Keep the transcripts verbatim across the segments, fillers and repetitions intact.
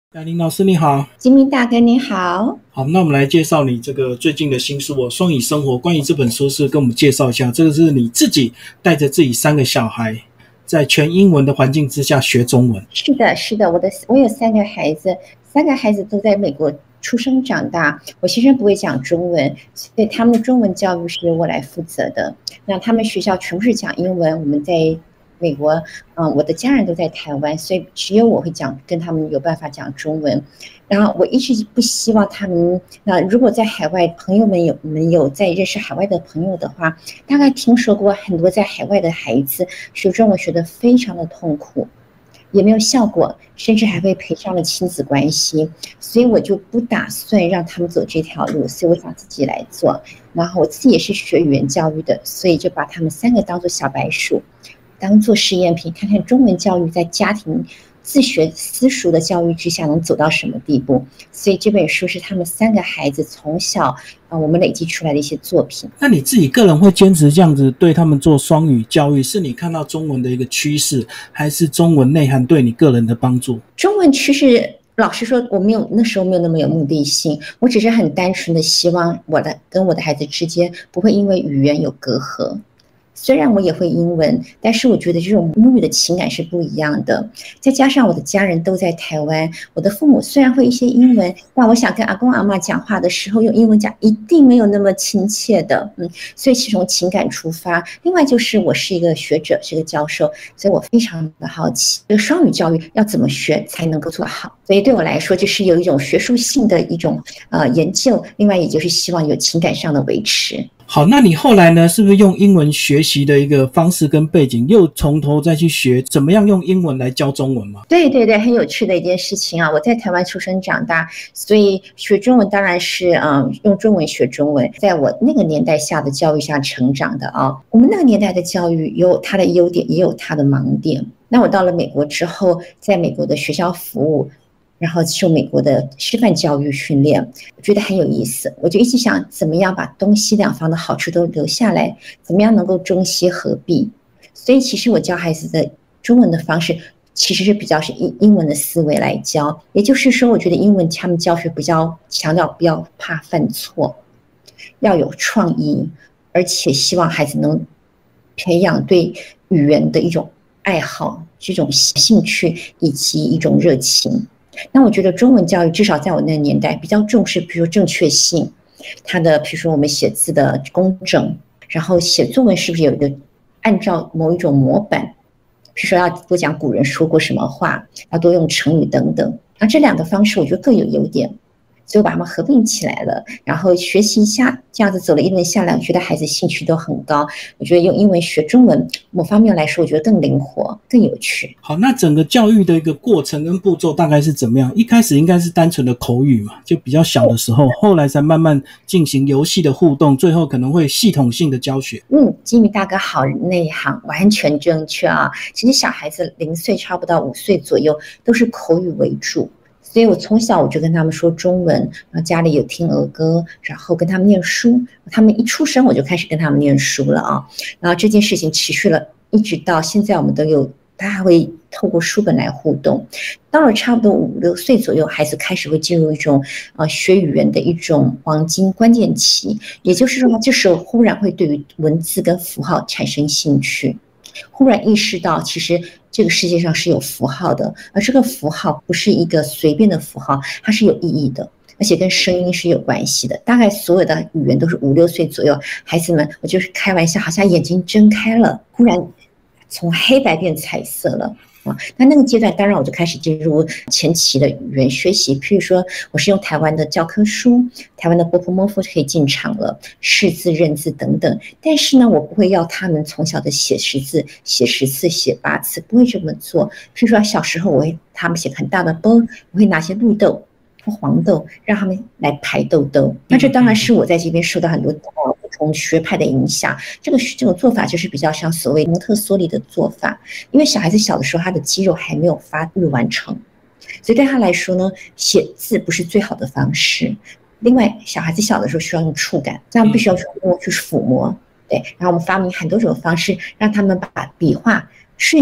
亚林老师你好。 金明大哥你好。 好，那我们来介绍你这个最近的新书哦，双语生活。关于这本书是跟我们介绍一下，这个是你自己带着自己三个小孩在全英文的环境之下学中文。 是的是的，我的我有三个孩子，三个孩子都在美国出生长大，我先生不会讲中文，所以他们的中文教育是我来负责的。那他们学校全部是讲英文，我们在美国，嗯，我的家人都在台湾，所以只有我会讲，跟他们有办法讲中文。然后我一直不希望他们，那如果在海外朋友们有们有在认识海外的朋友的话，大概听说过很多在海外的孩子学中文学得非常的痛苦，也没有效果，甚至还会赔上了亲子关系，所以我就不打算让他们走这条路，所以我想自己来做。然后我自己也是学语言教育的，所以就把他们三个当作小白鼠，当做试验品，看看中文教育在家庭自学私塾的教育之下能走到什么地步。所以这本书是他们三个孩子从小、呃、我们累积出来的一些作品。 那你自己个人会坚持这样子对他们做双语教育，是你看到中文的一个趋势，还是中文内涵对你个人的帮助？ 中文趋势老实说，我没有那时候没有那么有目的性，我只是很单纯的希望我的跟我的孩子之间不会因为语言有隔阂。虽然我也会英文，但是我觉得这种母语的情感是不一样的。再加上我的家人都在台湾，我的父母虽然会一些英文，但我想跟阿公阿嬷讲话的时候用英文讲，一定没有那么亲切的。嗯，所以是从情感出发。另外就是我是一个学者，是个教授，所以我非常的好奇，这个双语教育要怎么学才能够做好。所以对我来说，就是有一种学术性的一种呃研究，另外也就是希望有情感上的维持。 好，那你后来呢，是不是用英文学习的一个方式跟背景，又从头再去学怎么样用英文来教中文吗？ 对对对，很有趣的一件事情啊！我在台湾出生长大，所以学中文当然是嗯用中文学中文。在我那个年代下的教育下成长的啊，我们那个年代的教育有它的优点，也有它的盲点。那我到了美国之后，在美国的学校服务，然后受美国的师范教育训练，我觉得很有意思。我就一直想怎么样把东西两方的好处都留下来，怎么样能够中西合璧。所以其实我教孩子的中文的方式其实是比较是英文的思维来教，也就是说我觉得英文他们教学比较强调不要怕犯错，要有创意，而且希望孩子能培养对语言的一种爱好，这种兴趣以及一种热情。那我觉得中文教育至少在我那个年代比较重视，比如说正确性，它的比如说我们写字的工整，然后写作文是不是有一个按照某一种模板，比如说要多讲古人说过什么话，要多用成语等等。那这两个方式我觉得各有优点，所以我把它们合并起来了，然后学习一下，这样子走了一轮下来，我觉得孩子兴趣都很高。我觉得用英文学中文，某方面来说，我觉得更灵活、更有趣。 好，那整个教育的一个过程跟步骤大概是怎么样？一开始应该是单纯的口语嘛，就比较小的时候，后来才慢慢进行游戏的互动，最后可能会系统性的教学。 嗯，吉米大哥好内行，完全正确啊！其实小孩子零岁差不多到五岁左右，都是口语为主。所以我从小我就跟他们说中文，然后家里有听儿歌，然后跟他们念书。他们一出生我就开始跟他们念书了啊。然后这件事情持续了一直到现在，我们都有，他还会透过书本来互动。到了差不多五六岁左右，孩子开始会进入一种呃学语言的一种黄金关键期，也就是说，这时候忽然会对于文字跟符号产生兴趣。忽然意识到其实这个世界上是有符号的，而这个符号不是一个随便的符号，它是有意义的，而且跟声音是有关系的。大概所有的语言都是五六岁左右，孩子们，我就是开玩笑，好像眼睛睁开了，忽然从黑白变彩色了。啊，那那个阶段，当然我就开始进入前期的语言学习，譬如说，我是用台湾的教科书，台湾的波普莫夫可以进场了，识字、认字等等。但是呢，我不会要他们从小的写识字，写十次、写八次，不会这么做。譬如说，小时候我会他们写很大的包，我会拿些绿豆或黄豆，让他们来排豆豆。那这当然是我在这边受到很多不同学派的影响。这个这种做法就是比较像所谓蒙特梭利的做法，因为小孩子小的时候他的肌肉还没有发育完成，所以对他来说呢，写字不是最好的方式。另外，小孩子小的时候需要用触感，这样必须要去摸去抚摸，对。然后我们发明很多种方式，让他们把笔画顺序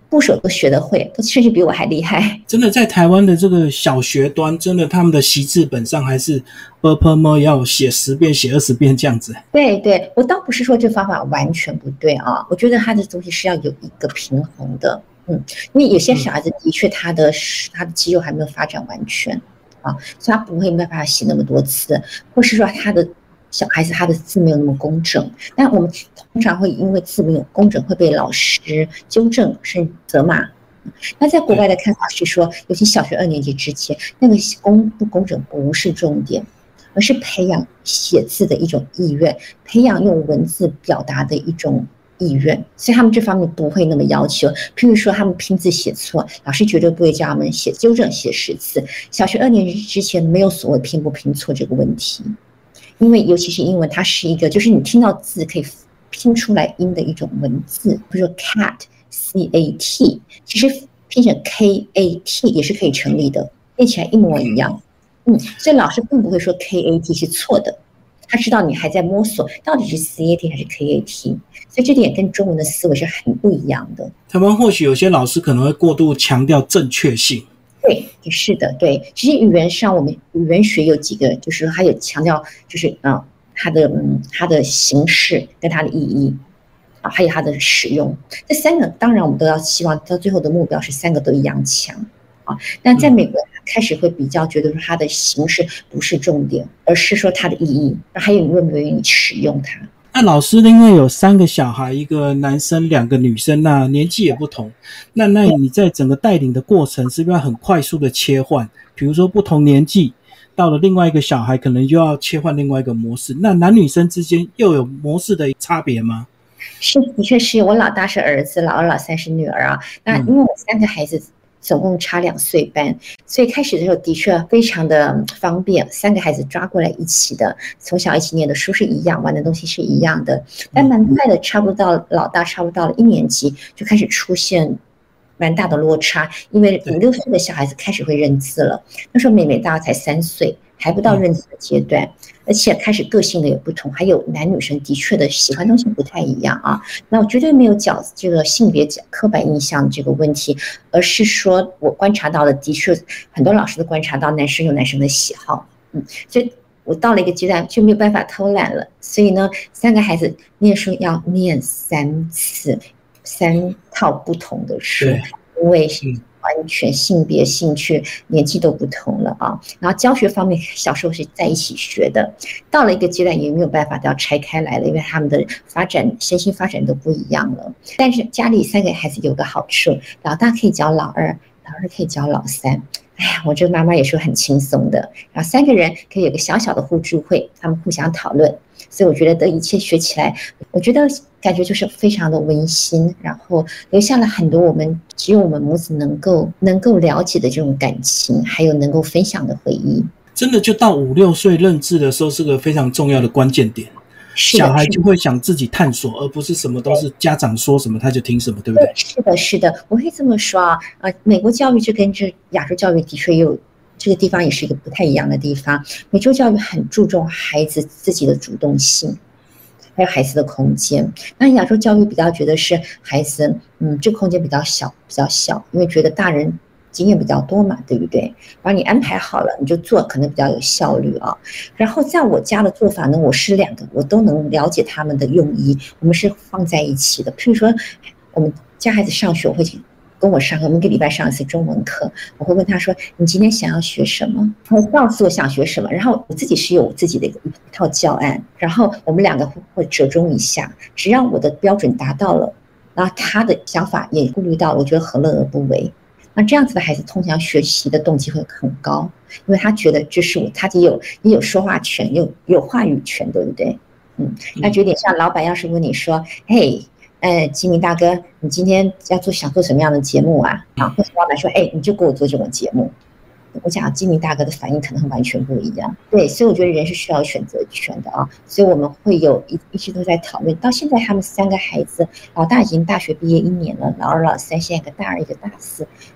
部首都学得会，都甚至比我还厉害。 真的，在台湾的这个小学端，真的他们的习字本上还是 b p m 要写十遍写二十遍这样子。 对对，我倒不是说这方法完全不对啊，我觉得他的东西是要有一个平衡的。嗯，因为有些小孩子的确他的、嗯、他的肌肉还没有发展完全啊，所以他不会没办法写那么多次，或是说他的小孩子他的字没有那么工整。但我们通常会因为字没有工整会被老师纠正甚至责骂。那在国外的看法是说，尤其小学二年级之前，那个工不工整不是重点，而是培养写字的一种意愿，培养用文字表达的一种意愿，所以他们这方面不会那么要求。譬如说他们拼字写错，老师绝对不会叫他们写纠正写十次。小学二年级之前没有所谓拼不拼错这个问题，因为尤其是英文，它是一个就是你听到字可以拼出来音的一种文字，比如说 cat C A T， 其实拼成 K A T 也是可以成立的，念起来一模一样。嗯，所以老师并不会说 K A T 是错的，他知道你还在摸索到底是 C A T 还是 K A T， 所以这点跟中文的思维是很不一样的。 台湾或许有些老师可能会过度强调正确性。 对，是的，对。其实语言上，我们语言学有几个，就是还有强调，就是啊，它的嗯，它的形式跟它的意义。还有它的使用，这三个当然我们都要希望到最后的目标是三个都一样强啊。但在美国开始会比较觉得说它的形式不是重点，而是说它的意义，还有你愿不愿意使用它。 那老师因为有三个小孩，一个男生两个女生，那年纪也不同，那那你在整个带领的过程是不是要很快速的切换？比如说不同年纪到了另外一个小孩可能就要切换另外一个模式，那男女生之间又有模式的差别吗？ 是，的确是我老大是儿子，老二老三是女儿啊。那因为我三个孩子总共差两岁半，所以开始的时候的确非常的方便，三个孩子抓过来一起的，从小一起念的书是一样，玩的东西是一样的。但蛮快的，差不多到老大差不多到了一年级就开始出现蛮大的落差，因为五六岁的小孩子开始会认字了，那时候妹妹大概才三岁，还不到认字的阶段，而且开始个性的也不同，还有男女生的确的喜欢东西不太一样啊。那我绝对没有讲这个性别刻板印象这个问题，而是说我观察到的，的确很多老师都观察到男生有男生的喜好，嗯，所以我到了一个阶段就没有办法偷懒了，所以呢，三个孩子念书要念三次，三套不同的书，因为完全性别、兴趣、年纪都不同了啊。然后教学方面，小时候是在一起学的，到了一个阶段也没有办法都要拆开来了，因为他们的发展、身心发展都不一样了。但是家里三个孩子有个好处，老大可以教老二，老二可以教老三。哎呀，我这个妈妈也是很轻松的。然后三个人可以有个小小的互助会，他们互相讨论。所以我觉得这一切学起来，我觉得感觉就是非常的温馨，然后留下了很多我们只有我们母子能够能够了解的这种感情，还有能够分享的回忆。 真的就到五六岁认字的时候是个非常重要的关键点，小孩就会想自己探索，而不是什么都是家长说什么他就听什么，对不对？ 是的，是的，我会这么说啊。呃，美国教育就跟这亚洲教育的确有这个地方也是一个不太一样的地方。美洲教育很注重孩子自己的主动性，还有孩子的空间。那亚洲教育比较觉得是孩子，嗯，这个空间比较小，比较小，因为觉得大人经验比较多嘛，对不对？把你安排好了，你就做，可能比较有效率啊。然后在我家的做法呢，我是两个，我都能了解他们的用意，我们是放在一起的。譬如说，我们家孩子上学，我会跟我上课，我们一个礼拜上一次中文课，我会问他说：“你今天想要学什么？”他会告诉我想学什么，然后我自己是有我自己的一套教案，然后我们两个会折中一下，只要我的标准达到了，然后他的想法也顾虑到，我觉得何乐而不为？那这样子的孩子通常学习的动机会很高，因为他觉得这是我，他也有也有说话权，有有话语权，对不对？嗯，那就有点像老板要是问你说：“嘿。”呃，吉明大哥，你今天要做想做什么样的节目啊？啊，或者老板说，哎，你就给我做这种节目。我讲吉明大哥的反应可能完全不一样。对，所以我觉得人是需要选择权的啊。所以我们会有一一直都在讨论。到现在他们三个孩子，老大已经大学毕业一年了，老二、老三现在一个大二，一个大四。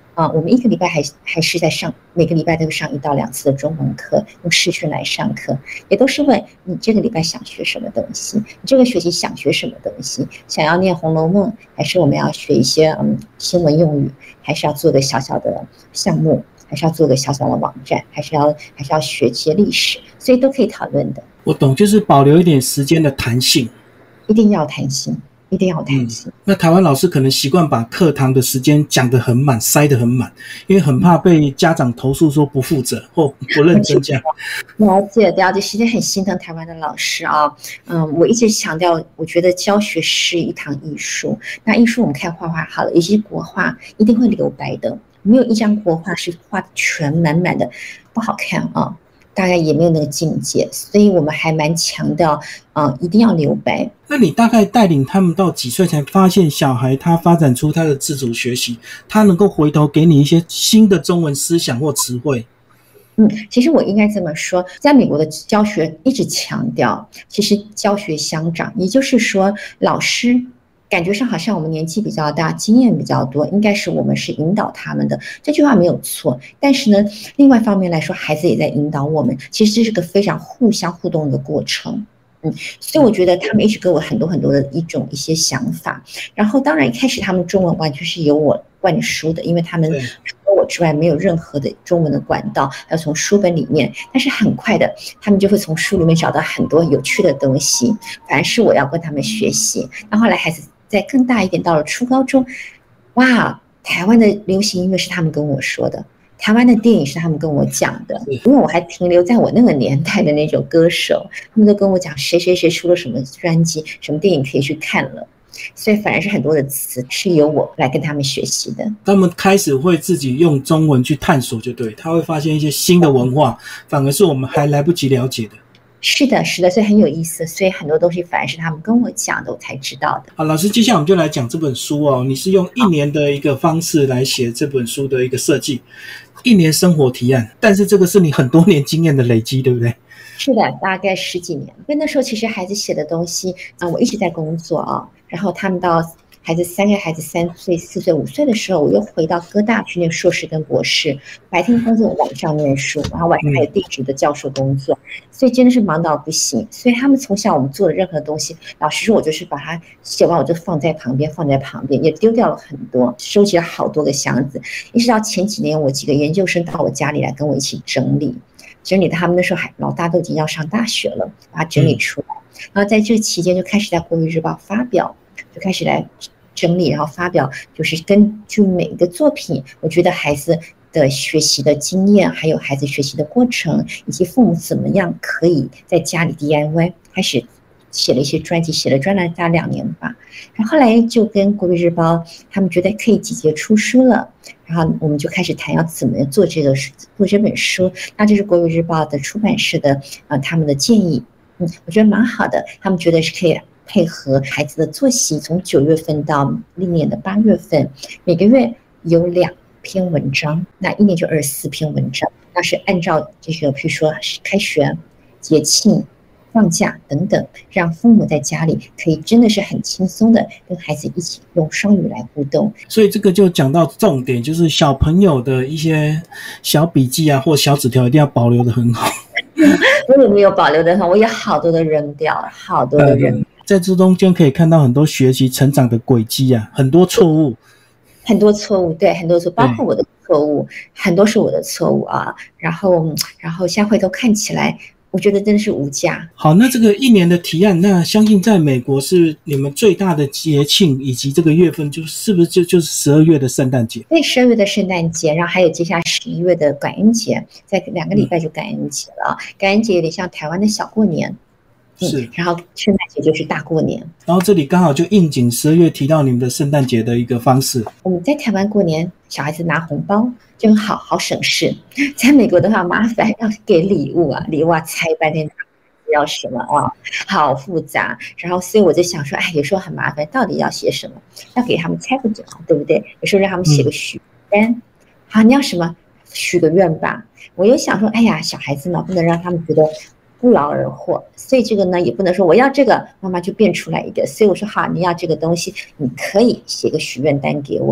啊、呃，我们一个礼拜还还是在上，每个礼拜都上一到两次的中文课，用视讯来上课，也都是问你这个礼拜想学什么东西，你这个学期想学什么东西，想要念《红楼梦》，还是我们要学一些嗯新闻用语，还是要做个小小的项目，还是要做个小小的网站，还是要还是要学一些历史，所以都可以讨论的。 我懂，就是保留一点时间的弹性， 一定要弹性。一定要弹性、嗯。 那台湾老师可能习惯把课堂的时间讲得很满，塞得很满，因为很怕被家长投诉说不负责或不认真这样。 了解了解，其实很心疼台湾的老师啊。嗯，我一直强调，我觉得教学是一堂艺术。那艺术我们看画画好了，有些国画一定会留白的，没有一张国画是画全满满的，不好看啊。大概也没有那个境界，所以我们还蛮强调，呃，一定要留白。 那你大概带领他们到几岁才发现小孩他发展出他的自主学习，他能够回头给你一些新的中文思想或词汇？ 嗯，其实我应该这么说，在美国的教学一直强调，其实教学相长，也就是说，老师感觉上好像我们年纪比较大，经验比较多，应该是我们是引导他们的，这句话没有错。但是呢，另外一方面来说，孩子也在引导我们，其实这是个非常互相互动的过程。嗯，所以我觉得他们一直给我很多很多的一种一些想法。然后当然一开始他们中文完全是由我灌输的，因为他们除了我之外没有任何的中文的管道，要从书本里面。但是很快的，他们就会从书里面找到很多有趣的东西，反而是我要跟他们学习。那后来孩子再更大一点，到了初高中，哇，台湾的流行音乐是他们跟我说的，台湾的电影是他们跟我讲的，因为我还停留在我那个年代的那种歌手，他们都跟我讲谁谁谁出了什么专辑，什么电影可以去看了，所以反而是很多的词是由我来跟他们学习的。 他们开始会自己用中文去探索，就对，他会发现一些新的文化，反而是我们还来不及了解的。 是的，是的，所以很有意思，所以很多东西反而是他们跟我讲的，我才知道的。 好，老师，接下来我们就来讲这本书哦。你是用一年的一个方式来写这本书的一个设计，一年生活提案，但是这个是你很多年经验的累积，对不对？ 是的，大概十几年。因为那时候其实孩子写的东西啊、呃，我一直在工作啊，然后他们到孩子三个孩子三岁、四岁、五岁的时候，我又回到哥大去念硕士跟博士，白天工作，晚上念书，然后晚上还有地质的教授工作，所以真的是忙到不行。所以他们从小我们做的任何东西，老实说，我就是把它写完，我就放在旁边，放在旁边，也丢掉了很多，收集了好多个箱子。一直到前几年，我几个研究生到我家里来跟我一起整理，整理他们那时候还老大都已经要上大学了，把它整理出来。然后在这期间就开始在国语日报发表。就开始来整理，然后发表，就是根据每一个作品，我觉得孩子的学习的经验，还有孩子学习的过程，以及父母怎么样可以在家里 D I Y， 开始写了一些专辑，写了专栏大概两年吧。然后后来就跟国语日报，他们觉得可以集结出书了，然后我们就开始谈要怎么做这个做这本书。那这是国语日报的出版社的呃他们的建议，嗯，我觉得蛮好的，他们觉得是可以配合孩子的作息，从九月份到历年的八月份，每个月有两篇文章，那一年就二十四篇文章。那是按照这个，譬如说开学、节庆、放假等等，让父母在家里可以真的是很轻松的跟孩子一起用双语来互动。 所以这个就讲到重点，就是小朋友的一些小笔记啊，或小纸条一定要保留得很好。 我也没有保留得很，我有好多的扔掉了，好多的扔。 在这中间可以看到很多学习成长的轨迹啊，很多错误， 很多错误，对，很多错误，包括我的错误，很多是我的错误啊。然后，然后现在回头看起来，我觉得真的是无价。 好，那这个一年的提案，那相信在美国是你们最大的节庆，以及这个月份就是不是就就是十二月的圣诞节？ 对，十二月的圣诞节，然后还有接下来十一月的感恩节，在两个礼拜就感恩节了。嗯、感恩节有点像台湾的小过年。 是、 嗯，然后圣诞节就是大过年， 然后这里刚好就应景十二月提到你们的圣诞节的一个方式。 我们在台湾过年，小孩子拿红包真好，好省事。在美国的话，麻烦要给礼物啊，礼物啊，猜半天要什么啊，好复杂。然后所以我就想说，哎，有时候很麻烦，到底要写什么？要给他们猜不着，对不对？有时候让他们写个许愿，嗯、好，你要什么？许个愿吧。我又想说，哎呀，小孩子嘛，不能让他们觉得不劳而获，所以这个呢也不能说我要这个，妈妈就变出来一个。所以我说好，你要这个东西，你可以写个许愿单给我。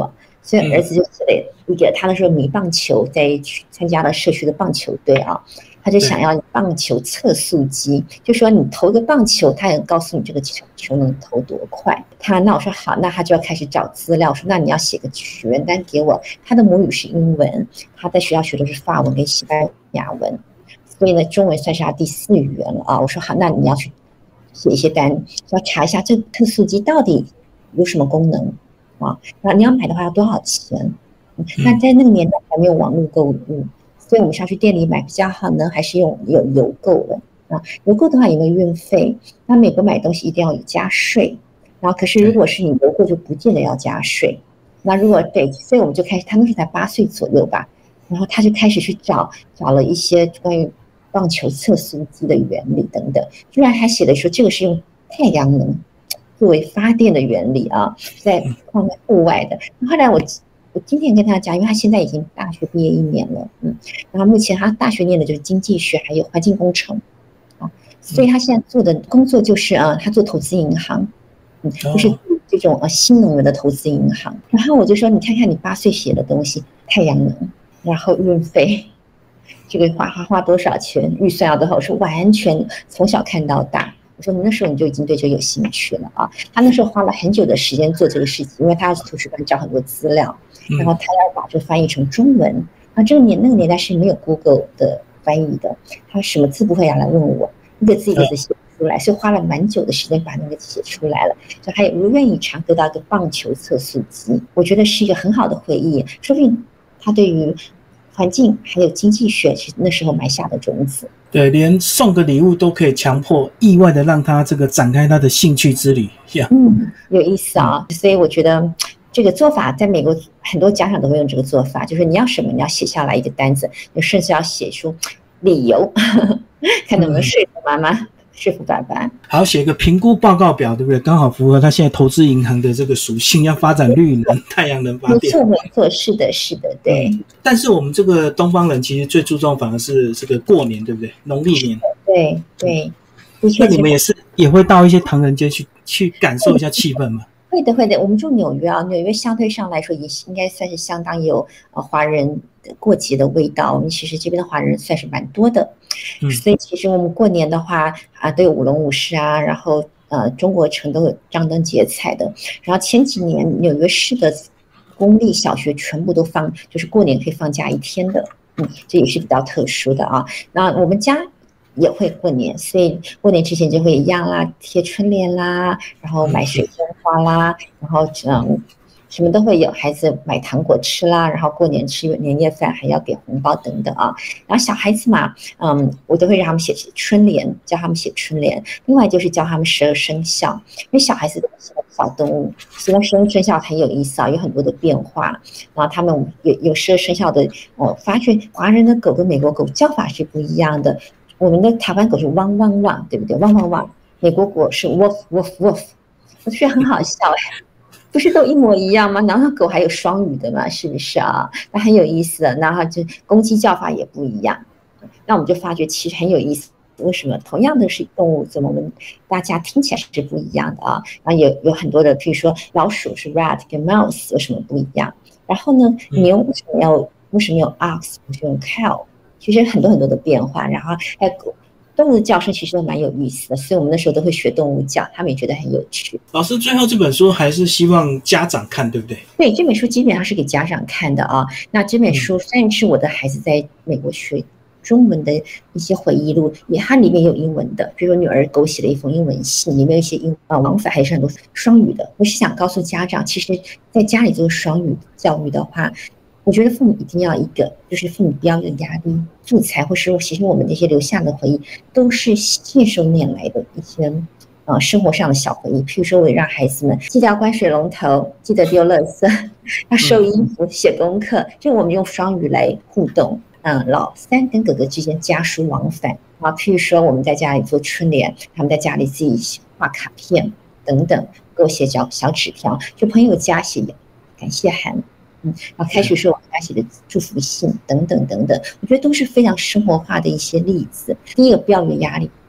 所以儿子就写了一个，他那时候迷棒球，在去参加了社区的棒球队啊，他就想要棒球测速机，就说你投个棒球，他也告诉你这个球球能投多快。他那我说好，那他就要开始找资料，说那你要写个学员单给我。他的母语是英文，他在学校学的是法文跟西班牙文，所以呢，中文算是他第四语言了啊。我说好，那你要去写一些单，要查一下这个特速机到底有什么功能啊？那你要买的话要多少钱？那在那个年代还没有网络购物，所以我们是要去店里买比较好呢，还是用有邮购的啊？邮购的话有没有运费？那美国买东西一定要有加税，然后可是如果是你邮购就不见得要加税。那如果对，所以我们就开始，他那时候才八岁左右吧，然后他就开始去找找了一些关于棒球测速机的原理等等，居然还写的说这个是用太阳能作为发电的原理啊，在放在户外的。后来我。我今天跟他讲，因为他现在已经大学毕业一年了，嗯，然后目前他大学念的就是经济学还有环境工程，啊，所以他现在做的工作就是啊，他做投资银行，嗯，就是这种呃新能源的投资银行。然后我就说，你看看你八岁写的东西，太阳能，然后运费，这个花花花多少钱，预算要多少，我说完全从小看到大。我说你那时候你就已经对这个有兴趣了啊！他那时候花了很久的时间做这个事情，因为他要去图书馆找很多资料，然后他要把这个翻译成中文。啊，这个年那个年代是没有 Google 的翻译的，他什么字不会要来问我，一个字一个字写出来，所以花了蛮久的时间把那个写出来了。就还有如愿以偿得到一个棒球测速机，我觉得是一个很好的回忆，说不定他对于环境还有经济学是那时候埋下的种子。 对，连送个礼物都可以强迫意外的让他这个展开他的兴趣之旅。Yeah. 嗯，有意思啊！所以我觉得这个做法在美国很多家长都会用这个做法，就是你要什么，你要写下来一个单子，你甚至要写出理由，看能不能说服妈妈。嗯，说服爸爸， 好，写一个评估报告表，对不对？刚好符合他现在投资银行的这个属性，要发展绿能、太阳能发电。 没错，没错，是的，是的，对、嗯。 但是我们这个东方人其实最注重反而是这个过年，对不对？农历年。 对对， 的确。那你们也是也会到一些唐人街去去感受一下气氛吗？ 会的，会的。我们住纽约啊，纽约相对上来说也应该算是相当有呃华人过节的味道。我们其实这边的华人算是蛮多的，嗯、所以其实我们过年的话啊，都有舞龙舞狮啊，然后呃中国城都有张灯结彩的。然后前几年纽约市的公立小学全部都放，就是过年可以放假一天的，嗯，这也是比较特殊的啊。那我们家也会过年，所以过年之前就会一样啦，贴春联啦，然后买水仙花啦，然后嗯，什么都会有，孩子买糖果吃啦，然后过年吃年夜饭还要给红包等等啊。然后小孩子嘛，嗯，我都会让他们写春联，教他们写春联。另外就是教他们十二生肖，因为小孩子都喜欢小动物，十二生生肖很有意思啊，有很多的变化。然后他们有有十二生肖的，我发觉华人的狗跟美国狗叫法是不一样的。我们的台湾狗是汪汪汪，对不对？汪汪汪。美国狗是 woof woof woof， 我觉得很好笑哎，不是都一模一样吗？然后狗还有双语的嘛，是不是啊？那很有意思的。然后就公鸡叫法也不一样，那我们就发觉其实很有意思。为什么同样的是动物，怎么我们大家听起来是不一样的啊？然后有有很多的，譬如说老鼠是 rat 跟 mouse 有什么不一样？然后呢，牛为什么要为什么有 ox 不是用 cow？其实很多很多的变化，然后还有动物的叫声其实都蛮有意思的，所以我们那时候都会学动物叫，他们也觉得很有趣。 老师最后这本书还是希望家长看，对不对？ 对，这本书基本上是给家长看的啊。那这本书虽然是我的孩子在美国学中文的一些回忆录，也它里面有英文的，比如说女儿给我写了一封英文信，里面有一些英啊往返还是很多双语的。我是想告诉家长，其实在家里做双语教育的话，我觉得父母一定要一个，就是父母不要有压力，素材或是说，其实我们这些留下的回忆，都是信手拈来的一些呃生活上的小回忆。譬如说，我也让孩子们记得要关水龙头，记得丢垃圾，要收衣服、写功课，就我们用双语来互动。嗯，老三跟哥哥之间家书往返啊，譬如说我们在家里做春联，他们在家里自己画卡片等等，给我写小小纸条，就朋友家写感谢函。嗯，然后开学时候我给他写的祝福信等等等等，我觉得都是非常生活化的一些例子。第一个不要有压力，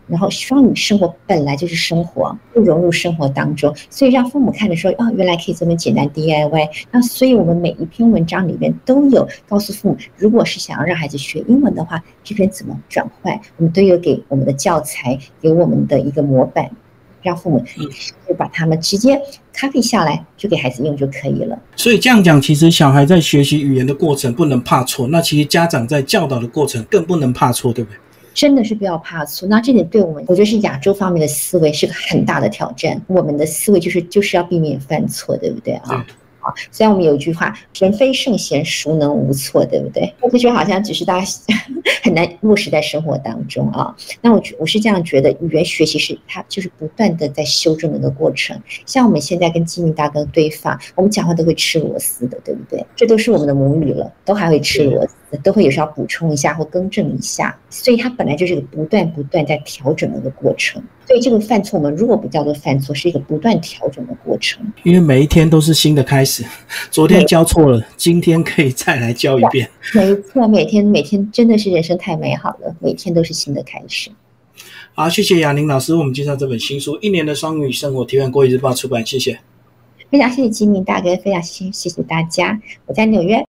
然后双语生活本来就是生活，不融入生活当中，所以让父母看的时候，哦，原来可以这么简单 D I Y。那所以我们每一篇文章里面都有告诉父母，如果是想要让孩子学英文的话，这边怎么转换，我们都有给我们的教材，给我们的一个模板，让父母就把他们直接 copy 下来，就给孩子用就可以了。 所以这样讲，其实小孩在学习语言的过程不能怕错，那其实家长在教导的过程更不能怕错，对不对？ 真的是不要怕错，那这点对我们，我觉得是亚洲方面的思维是个很大的挑战。我们的思维就是就是要避免犯错，对不对啊？ 对。 啊，虽然我们有一句话“人非圣贤，孰能无错”，对不对？这句话好像只是大家很难落实在生活当中啊。那我我是这样觉得，语言学习是它就是不断的在修正的一个过程。像我们现在跟基明大哥对话，我们讲话都会吃螺丝的，对不对？这都是我们的母语了，都还会吃螺丝，都会有时候要补充一下或更正一下。所以它本来就是一个不断不断在调整的一个过程。所以这个犯错，我们如果不叫做犯错，是一个不断调整的过程。 因为每一天都是新的开始，昨天教错了，今天可以再来教一遍。 没错，每天每天真的是人生太美好了，每天都是新的开始。 好，谢谢雅宁老师，我们介绍这本新书《一年的双语生活》，提问国语日报出版，谢谢。 非常谢谢基明大哥，非常谢谢大家，我在纽约。